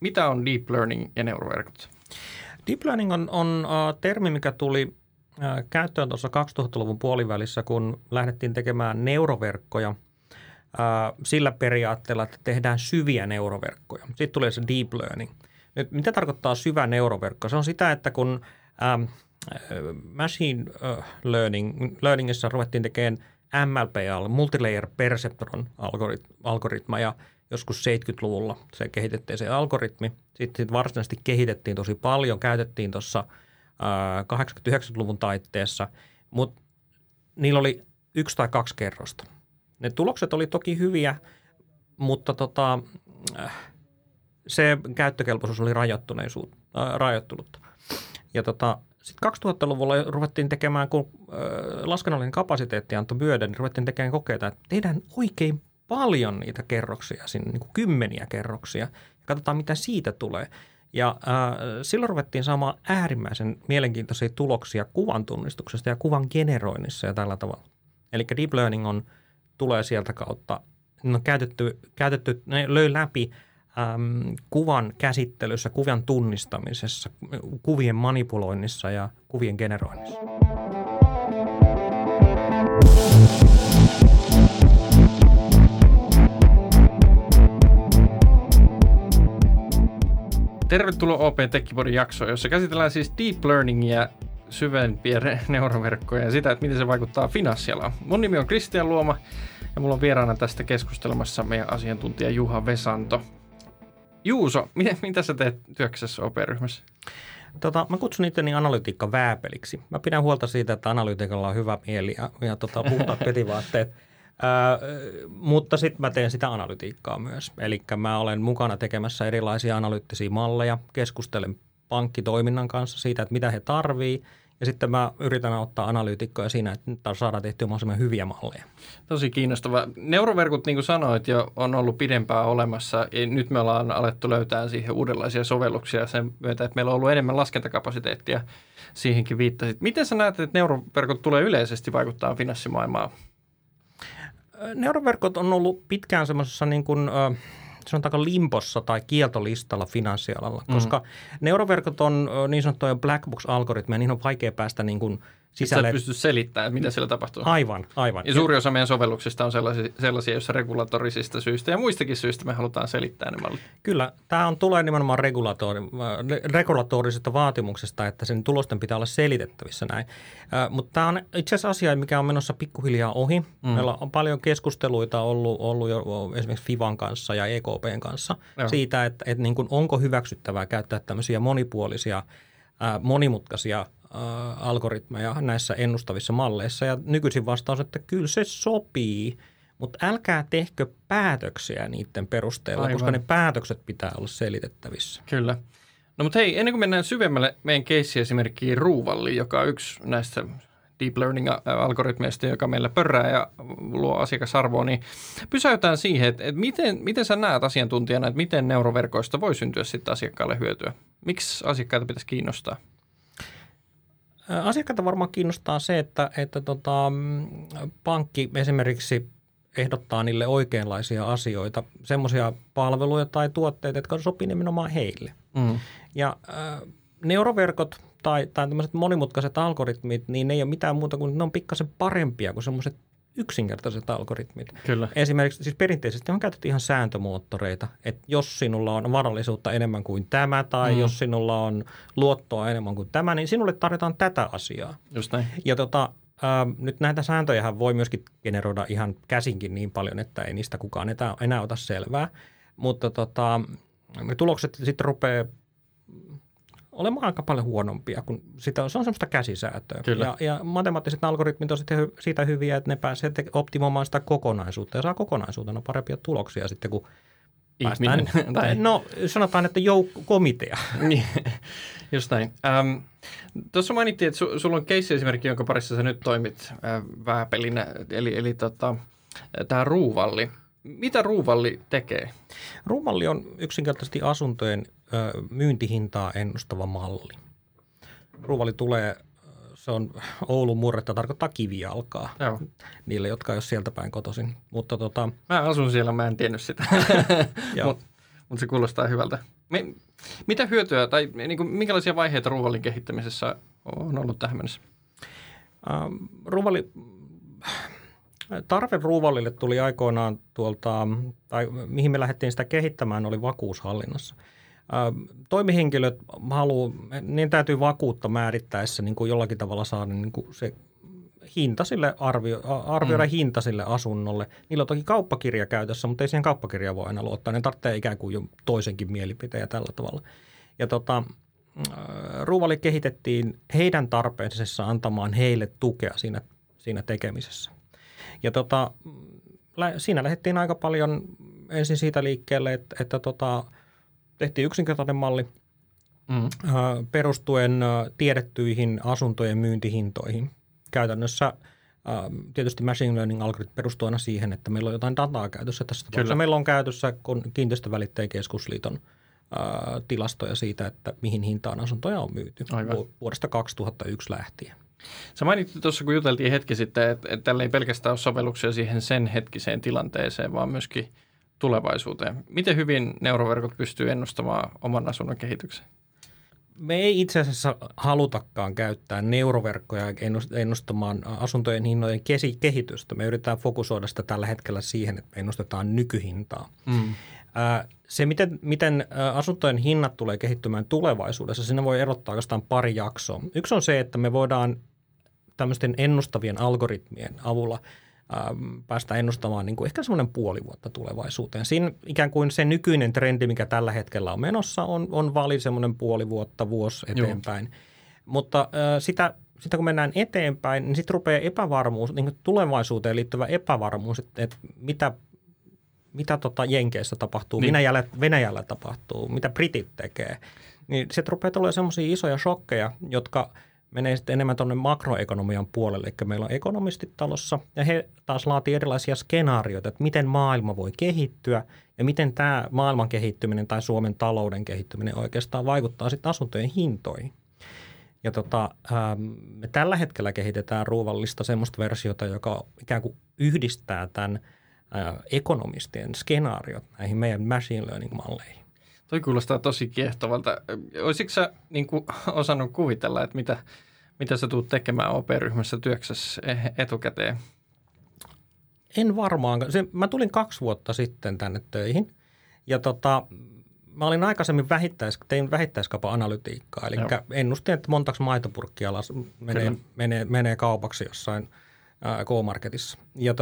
Mitä on deep learning ja neuroverkot? Deep learning on termi, mikä tuli käyttöön tuossa 2000-luvun puolivälissä, kun lähdettiin tekemään neuroverkkoja sillä periaatteella, että tehdään syviä neuroverkkoja. Sitten tulee se deep learning. Nyt, mitä tarkoittaa syvä neuroverkko? Se on sitä, että kun machine learningissa ruvettiin tekemään MLPA, Multilayer Perceptron algoritma, ja joskus 70-luvulla se kehitettiin se algoritmi. Sitten varsinaisesti kehitettiin tosi paljon, käytettiin tuossa 80-90-luvun taitteessa, mutta niillä oli 1 tai 2 kerrosta. Ne tulokset oli toki hyviä, mutta se käyttökelpoisuus oli rajoittunutta. Ja sitten 2000-luvulla ruvettiin tekemään, kun laskennallinen kapasiteetti antoi myöden, niin ruvettiin tekemään kokeita, että tehdään oikein paljon niitä kerroksia, sinne niin kuin 10 kerroksia, ja katsotaan, mitä siitä tulee. Ja silloin ruvettiin saamaan äärimmäisen mielenkiintoisia tuloksia kuvan tunnistuksesta ja kuvan generoinnissa ja tällä tavalla. Eli deep learning tulee sieltä kautta, ne on käytetty, ne löi läpi kuvan käsittelyssä, kuvan tunnistamisessa, kuvien manipuloinnissa ja kuvien generoinnissa. Tervetuloa OP Techipodin jaksoon, jossa käsitellään siis deep learningia, syvempiä neuroverkkoja ja sitä, että miten se vaikuttaa finanssialaan. Mun nimi on Kristian Luoma ja mulla on vieraana tästä keskustelemassa meidän asiantuntija Juha Vesanto. Juuso, mitä sä teet työksessä OP-ryhmässä? Mä kutsun itteni analytiikka-vääpeliksi. Mä pidän huolta siitä, että analytiikalla on hyvä mieli ja puhtaat petivaatteet. Mutta sitten mä teen sitä analytiikkaa myös. Eli mä olen mukana tekemässä erilaisia analyyttisiä malleja, keskustelen pankkitoiminnan kanssa siitä, että mitä he tarvii. Ja sitten mä yritän auttaa analyytikkoja siinä, että saadaan tehtyä mahdollisimman hyviä malleja. Tosi kiinnostava. Neuroverkot, niin kuin sanoit, jo on ollut pidempään olemassa. Ja nyt me ollaan alettu löytää siihen uudenlaisia sovelluksia sen myötä, että meillä on ollut enemmän laskentakapasiteettia. Siihenkin viittasit. Miten sä näet, että neuroverkot tulee yleisesti vaikuttaa finanssimaailmaan? Neuroverkot on ollut pitkään semmoisessa niin kuin sanotaanko limpossa tai kieltolistalla finanssialalla, koska neuroverkot on niin sanottuja black box-algoritmeja, niin on vaikea päästä niin kuin sisälle. Sä et pysty selittämään, mitä siellä tapahtuu. Aivan. Ja suuri osa meidän sovelluksista on sellaisia, joissa regulatorisista syistä ja muistakin syistä me halutaan selittää ne mallit. Kyllä, tämä tulee nimenomaan regulatorisesta vaatimuksesta, että sen tulosten pitää olla selitettävissä näin. Mutta tämä on itse asiassa asia, mikä on menossa pikkuhiljaa ohi. Meillä on paljon keskusteluita ollut jo esimerkiksi FIVAn kanssa ja EKPn kanssa siitä, että niin kuin onko hyväksyttävää käyttää tämmöisiä monipuolisia, monimutkaisia algoritmeja näissä ennustavissa malleissa. Ja nykyisin vastaus, että kyllä se sopii, mutta älkää tehkö päätöksiä niiden perusteella, koska ne päätökset pitää olla selitettävissä. Kyllä. No mutta hei, ennen kuin mennään syvemmälle meidän case-esimerkkiin Ruuvalli, joka on yksi näistä deep learning-algoritmeista, joka meillä pörrää ja luo asiakasarvoa, niin pysäytään siihen, että miten sä näet asiantuntijana, että miten neuroverkoista voi syntyä sitten asiakkaalle hyötyä? Miksi asiakkaita pitäisi kiinnostaa? Asiakkaita varmaan kiinnostaa se, että pankki esimerkiksi ehdottaa niille oikeanlaisia asioita, semmoisia palveluja tai tuotteita, jotka sopii nimenomaan heille. Ja neuroverkot tai tämmöiset monimutkaiset algoritmit, niin ne ei ole mitään muuta kuin ne on pikkasen parempia kuin semmoiset yksinkertaiset algoritmit. Kyllä. Esimerkiksi siis perinteisesti on käytetty ihan sääntömoottoreita, että jos sinulla on varallisuutta enemmän kuin tämä tai jos sinulla on luottoa enemmän kuin tämä, niin sinulle tarjotaan tätä asiaa. Just näin. Ja nyt näitä sääntöjähän voi myöskin generoida ihan käsinkin niin paljon, että ei niistä kukaan enää ota selvää, mutta ne tulokset sitten rupeaa olemaan aika paljon huonompia, kun se on semmoista käsisäätöä. Ja matemaattiset algoritmit on sitten siitä hyviä, että ne pääsee optimoimaan sitä kokonaisuutta ja saa kokonaisuutena parempia tuloksia sitten, kun ihminen. No sanotaan, että komitea. Just näin. Tuossa mainittiin, että sulla on case-esimerkki, jonka parissa sä nyt toimit vääpelinä, eli tämä Ruuvalli. Mitä Ruuvalli tekee? Ruuvalli on yksinkertaisesti asuntojen myyntihintaa ennustava malli. Ruuvalli se on Oulun murretta, tarkoittaa kivijalkaa niille, jotka ei ole sieltä päin kotoisin. Mutta mä asun siellä, mä en tiennyt sitä, mutta se kuulostaa hyvältä. Mitä hyötyä tai niin kuin, minkälaisia vaiheita ruuvallin kehittämisessä on ollut tähän mennessä? Tarve ruuvallille tuli aikoinaan tuolta, tai mihin me lähdettiin sitä kehittämään, oli vakuushallinnassa. Toimihenkilöt niin täytyy vakuutta määrittäessä niin kuin jollakin tavalla saada niin kuin se hinta sille arvioida hinta sille asunnolle. Niillä on toki kauppakirja käytössä, mutta ei siihen kauppakirjaan voi aina luottaa. Ne tarvitsee ikään kuin jo toisenkin mielipiteen tällä tavalla. Ja ruuvalli kehitettiin heidän tarpeellisessa antamaan heille tukea siinä tekemisessä. Ja siinä lähdettiin aika paljon ensin siitä liikkeelle, että tehtiin yksinkertainen malli perustuen tiedettyihin asuntojen myyntihintoihin. Käytännössä tietysti machine learning-algoritmi perustuu aina siihen, että meillä on jotain dataa käytössä. Tässä tapauksessa meillä on käytössä Kiinteistövälitteen keskusliiton tilastoja siitä, että mihin hintaan asuntoja on myyty vuodesta 2001 lähtien. Sä mainitsit tuossa, kun juteltiin hetki sitten, että tällä ei pelkästään ole sovelluksia siihen sen hetkiseen tilanteeseen, vaan myöskin tulevaisuuteen. Miten hyvin neuroverkot pystyy ennustamaan oman asunnon kehityksen? Me ei itse asiassa halutakaan käyttää neuroverkkoja ennustamaan asuntojen hinnojen kehitystä. Me yritetään fokusoida sitä tällä hetkellä siihen, että me ennustetaan nykyhintaa. Se, miten asuntojen hinnat tulee kehittymään tulevaisuudessa, siinä voi erottaa oikeastaan pari jaksoa. Yksi on se, että me voidaan tämmöisten ennustavien algoritmien avulla päästä ennustamaan niin kuin ehkä semmoinen puoli vuotta tulevaisuuteen. Siinä ikään kuin se nykyinen trendi, mikä tällä hetkellä on menossa, on valin semmoinen puoli vuotta, vuosi eteenpäin. Joo. Mutta sitä kun mennään eteenpäin, niin sitten rupeaa epävarmuus, niin kuin tulevaisuuteen liittyvä epävarmuus, että mitä Jenkeissä tapahtuu, niin. Venäjällä tapahtuu, mitä britit tekee. Niin sitten rupeaa tulemaan semmoisia isoja shokkeja, jotka menee sitten enemmän tuonne makroekonomian puolelle. Eli meillä on ekonomistit talossa ja he taas laatii erilaisia skenaarioita, että miten maailma voi kehittyä ja miten tämä maailman kehittyminen tai Suomen talouden kehittyminen oikeastaan vaikuttaa sitten asuntojen hintoihin. Ja me tällä hetkellä kehitetään ruuvallista semmoista versiota, joka ikään kuin yhdistää tämän ekonomistien skenaariot näihin meidän machine learning-malleihin. Toi kuulostaa tosi kiehtovalta. Olisitko sä niin kuin osannut kuvitella, että mitä sä tulet tekemään OP-ryhmässä työksessä etukäteen? En varmaan. Mä tulin 2 vuotta sitten tänne töihin ja mä olin aikaisemmin tein vähittäiskaupan analytiikkaa. Eli ennustin, että montako maitopurkkia menee kaupaksi jossain K-marketissa. Ja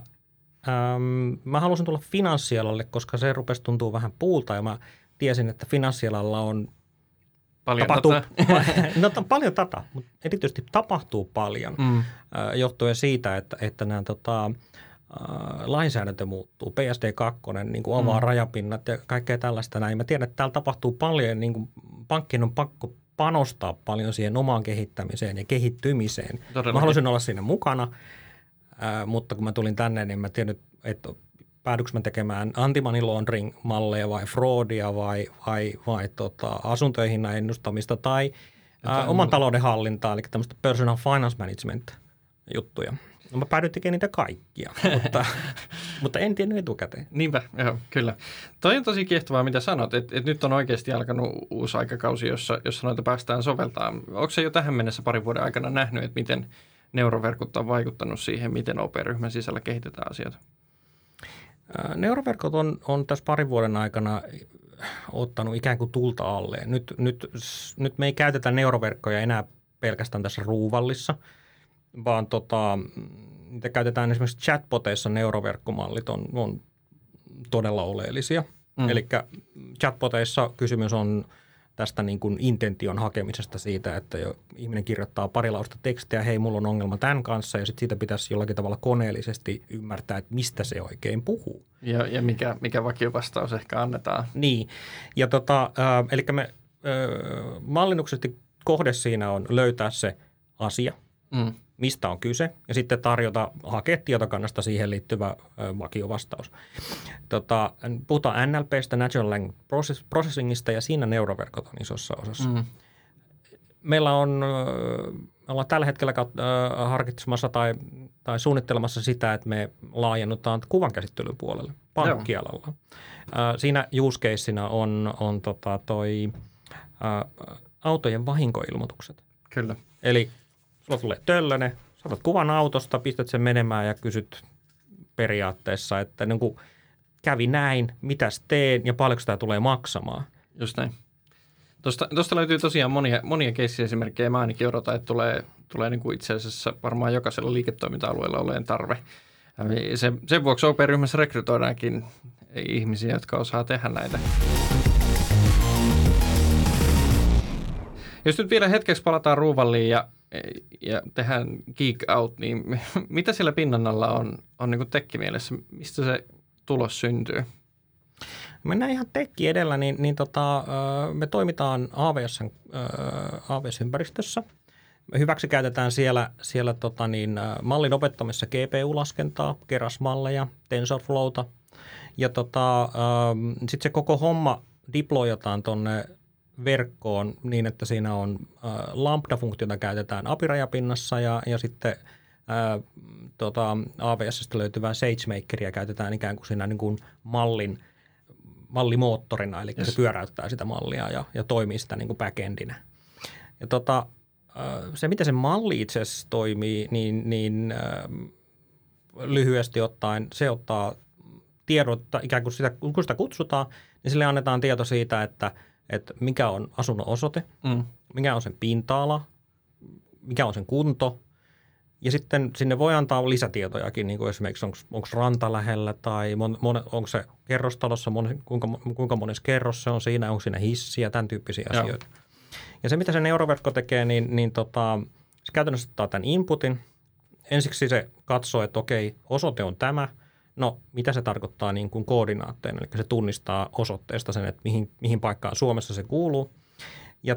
mä halusin tulla finanssialalle, koska se rupesi tuntua vähän puulta ja mä tiesin, että finanssialalla on paljon paljon dataa, mutta erityisesti tapahtuu paljon johtuen siitä, että nämä lainsäädäntö muuttuu. PSD2 niin kuin avaa rajapinnat ja kaikkea tällaista näin. Mä tiedän, että täällä tapahtuu paljon, niin kuin pankkien on pakko panostaa paljon siihen omaan kehittämiseen ja kehittymiseen. Todellakin. Mä halusin olla siinä mukana. Mutta kun mä tulin tänne, niin mä tiedän, että päädyks mä tekemään anti-money laundering-malleja vai fraudia vai asuntojen hinnan ennustamista tai oman talouden hallintaa, eli tämmöistä personal finance management juttuja. No mä päädyin tekemään niitä kaikkia, mutta en tiennyt etukäteen. Niinpä, joo, kyllä. Toi on tosi kiehtovaa, mitä sanot, että nyt on oikeasti alkanut uusi aikakausi, jossa noita päästään soveltamaan. Onko se jo tähän mennessä 2 vuoden aikana nähnyt, että miten neuroverkot on vaikuttanut siihen, miten OP-ryhmän sisällä kehitetään asioita? Neuroverkot on tässä 2 vuoden aikana ottanut ikään kuin tulta alleen. Nyt me ei käytetä neuroverkkoja enää pelkästään tässä ruuvallissa, vaan niitä käytetään esimerkiksi chatboteissa. Neuroverkkomallit on todella oleellisia. Eli chatboteissa kysymys on tästä niin kuin intention hakemisesta siitä, että ihminen kirjoittaa pari lausta tekstiä, hei, mulla on ongelma tämän kanssa, ja sitten siitä pitäisi jollakin tavalla koneellisesti ymmärtää, että mistä se oikein puhuu. Ja mikä vakiovastaus ehkä annetaan. Niin, ja eli me mallinnuksesti kohde siinä on löytää se asia, mistä on kyse, ja sitten hakea tietokannasta siihen liittyvä vakiovastaus. Puhutaan NLP:stä, Natural Language Processingista, ja siinä neuroverkot on isossa osassa. Meillä on ollaan tällä hetkellä harkitsemassa tai suunnittelemassa sitä, että me laajennutaan kuvankäsittelyn puolelle pankkialalla. Siinä use casena on autojen vahinkoilmoitukset. Kyllä. Eli sulla tulee töllönen, saatat kuvan autosta, pistät sen menemään ja kysyt periaatteessa, että niin kuin kävi näin, mitäs teen ja paljonko tämä tulee maksamaan. Just näin. Tuosta löytyy tosiaan monia keissiesimerkkejä. Mä ainakin odotan, että tulee niin kuin itse asiassa varmaan jokaisella liiketoiminta-alueella oleen tarve. Sen vuoksi OP-ryhmässä rekrytoidaankin ihmisiä, jotka osaa tehdä näitä. Jos nyt vielä hetkeksi palataan Ruuvalliin ja tehdään geek out, niin mitä siellä pinnan alla on niin kuin tekkimielessä? Mistä se tulos syntyy? Mennään ihan tekki edellä, me toimitaan AWS-ympäristössä. Me hyväksikäytetään siellä mallin opettamisessa GPU-laskentaa, Keras-malleja, TensorFlowta. Ja sitten se koko homma deployataan tuonne verkkoon niin, että siinä on Lambda-funktiota käytetään API-rajapinnassa ja sitten AWS:stä löytyvää SageMakeria käytetään ikään kuin siinä niin kuin mallimoottorina, eli se pyöräyttää sitä mallia ja toimii sitä niin kuin backendinä. Ja se, miten se malli itse asiassa toimii, niin lyhyesti ottaen se ottaa tiedot, ikään kuin sitä, kun sitä kutsutaan, niin sille annetaan tieto siitä, että mikä on asunnon osoite, mikä on sen pinta-ala, mikä on sen kunto. Ja sitten sinne voi antaa lisätietojakin, niin kuin esimerkiksi onko ranta lähellä tai onko se kerrostalossa, kuinka monessa kerros se on siinä, onko siinä hissiä, tämän tyyppisiä asioita. Ja se, mitä se neuroverkko tekee, se käytännössä ottaa tämän inputin. Ensiksi se katsoo, että okei, osoite on tämä. No, mitä se tarkoittaa niin kuin koordinaatteina, eli se tunnistaa osoitteesta sen, että mihin paikkaan Suomessa se kuuluu. Ja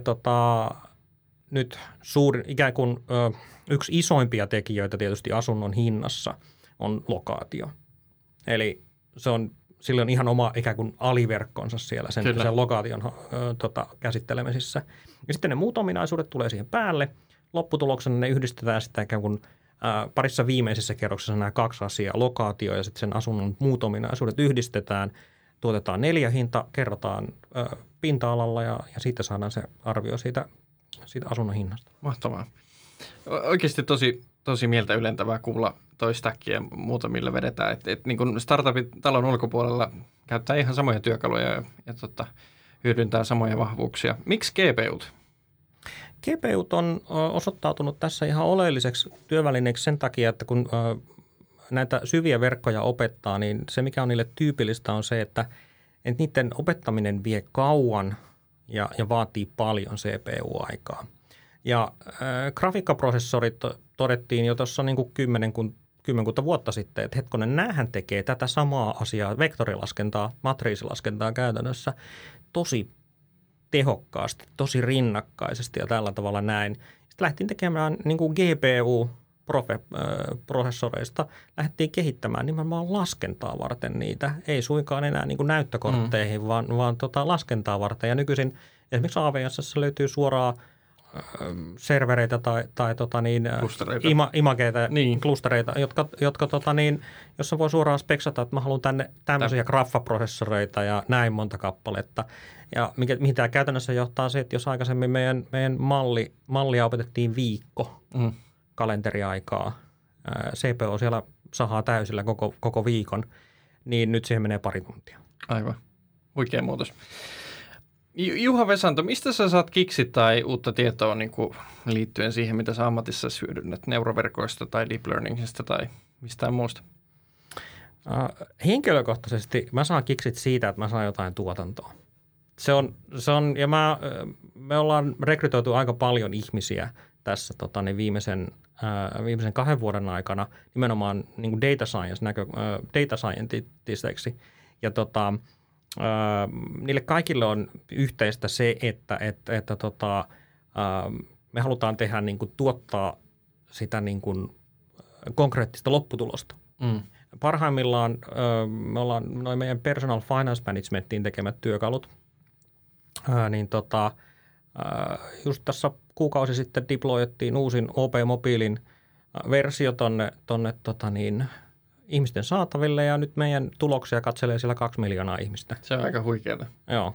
nyt ikään kuin yksi isoimpia tekijöitä tietysti asunnon hinnassa on lokaatio. Eli sillä on ihan oma ikään kuin aliverkkonsa siellä sen lokaation käsittelemisissä. Ja sitten ne muut ominaisuudet tulee siihen päälle. Lopputuloksena ne yhdistetään sitten ikään kuin parissa viimeisessä kerroksessa nämä kaksi asiaa, lokaatio ja sitten sen asunnon muut ominaisuudet yhdistetään, tuotetaan 4 hinta, kerrotaan pinta-alalla ja siitä saadaan se arvio siitä asunnon hinnasta. Mahtavaa. Oikeasti tosi mieltä ylentävää kuulla toi stack ja muuta, millä vedetään. Et niin kuin startupit talon ulkopuolella käyttää ihan samoja työkaluja ja hyödyntää samoja vahvuuksia. Miksi GPUt? GPUt on osoittautunut tässä ihan oleelliseksi työvälineeksi sen takia, että kun näitä syviä verkkoja opettaa, niin se mikä on niille tyypillistä on se, että niiden opettaminen vie kauan ja vaatii paljon CPU-aikaa. Ja grafiikkaprosessorit todettiin jo tuossa niin kuin kymmenkunta vuotta sitten, että hetkonen, näähän tekee tätä samaa asiaa, vektorilaskentaa, matriisilaskentaa käytännössä tosi tehokkaasti, tosi rinnakkaisesti ja tällä tavalla näin. Sitten lähdettiin tekemään niin kuin GPU-prosessoreista, lähdettiin kehittämään nimenomaan laskentaa varten niitä, ei suinkaan enää niin kuin näyttökortteihin, vaan laskentaa varten. Ja nykyisin esimerkiksi AWS:ssä löytyy suoraan servereitä tai imageita, klustereita, jotka jossa voi suoraan speksata, että mä haluan tänne tämmöisiä graffaprosessoreita ja näin monta kappaletta. Ja mihin tämä käytännössä johtaa se, että jos aikaisemmin meidän mallia opetettiin viikko kalenteriaikaa, CPU siellä sahaa täysillä koko viikon, niin nyt siihen menee pari tuntia. Aivan. Huikea muutos. Juha Vesanto, mistä sä saat kiksit tai uutta tietoa niin kuin liittyen siihen, mitä sä ammatissa hyödynnät neuroverkoista tai deep learningista tai mistään muusta? Henkilökohtaisesti mä saan kiksit siitä, että mä saan jotain tuotantoa. Se on ja me ollaan rekrytoitu aika paljon ihmisiä tässä viimeisen 2 vuoden aikana nimenomaan niin kuin data scientisteiksi ja niille kaikille on yhteistä se, että me halutaan tehdä niin kuin tuottaa sitä niin kuin konkreettista lopputulosta. Parhaimmillaan me ollaan noin meidän personal finance managementiin tekemät työkalut, Just tässä kuukausi sitten deployettiin uusin OP-mobiilin versio tonne ihmisten saataville ja nyt meidän tuloksia katselee siellä 2 miljoonaa ihmistä. Se on aika huikeaa. Joo.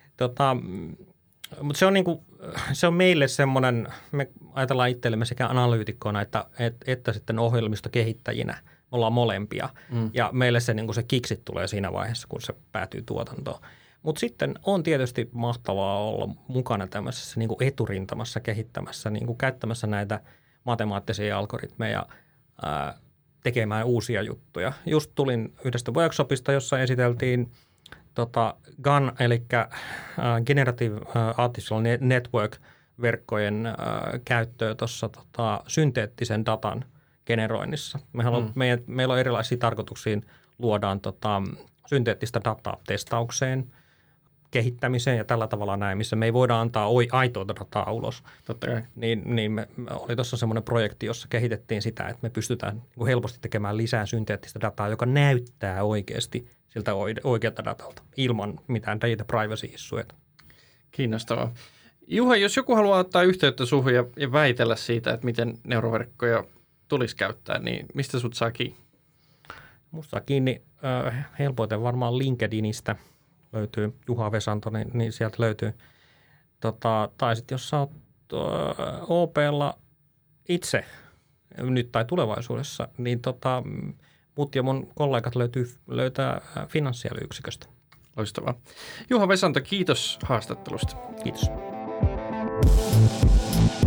Mutta se on meille semmoinen, me ajatellaan itsellemme sekä analyytikkoina että sitten ohjelmistokehittäjinä. Me ollaan molempia ja meille se kiksit tulee siinä vaiheessa, kun se päätyy tuotantoon. Mutta sitten on tietysti mahtavaa olla mukana tämmöisessä eturintamassa kehittämässä, käyttämässä näitä matemaattisia algoritmeja tekemään uusia juttuja. Just tulin yhdestä workshopista, jossa esiteltiin GAN, eli Generative Artificial Network-verkkojen käyttöä tuossa synteettisen datan generoinnissa. Meillä on erilaisia tarkoituksia, luodaan synteettistä dataa testaukseen, kehittämiseen ja tällä tavalla näin, missä me ei voida antaa aitoa dataa ulos. Totta kai. Niin me oli tuossa semmoinen projekti, jossa kehitettiin sitä, että me pystytään helposti tekemään lisää synteettistä dataa, joka näyttää oikeasti siltä oikealta datalta ilman mitään data privacy-issuja. Kiinnostavaa. Juha, jos joku haluaa ottaa yhteyttä suhun ja väitellä siitä, että miten neuroverkkoja tulisi käyttää, niin mistä sut saa kiinni? Musta saa kiinni helpoiten varmaan LinkedInistä löytyy Juha Vesanto, niin sieltä löytyy. Tai sitten jos sä oot OP:lla itse nyt tai tulevaisuudessa, niin mut ja mun kollegat löytää finanssiaaliyksiköstä. Loistavaa. Juha Vesanto, kiitos haastattelusta. Kiitos.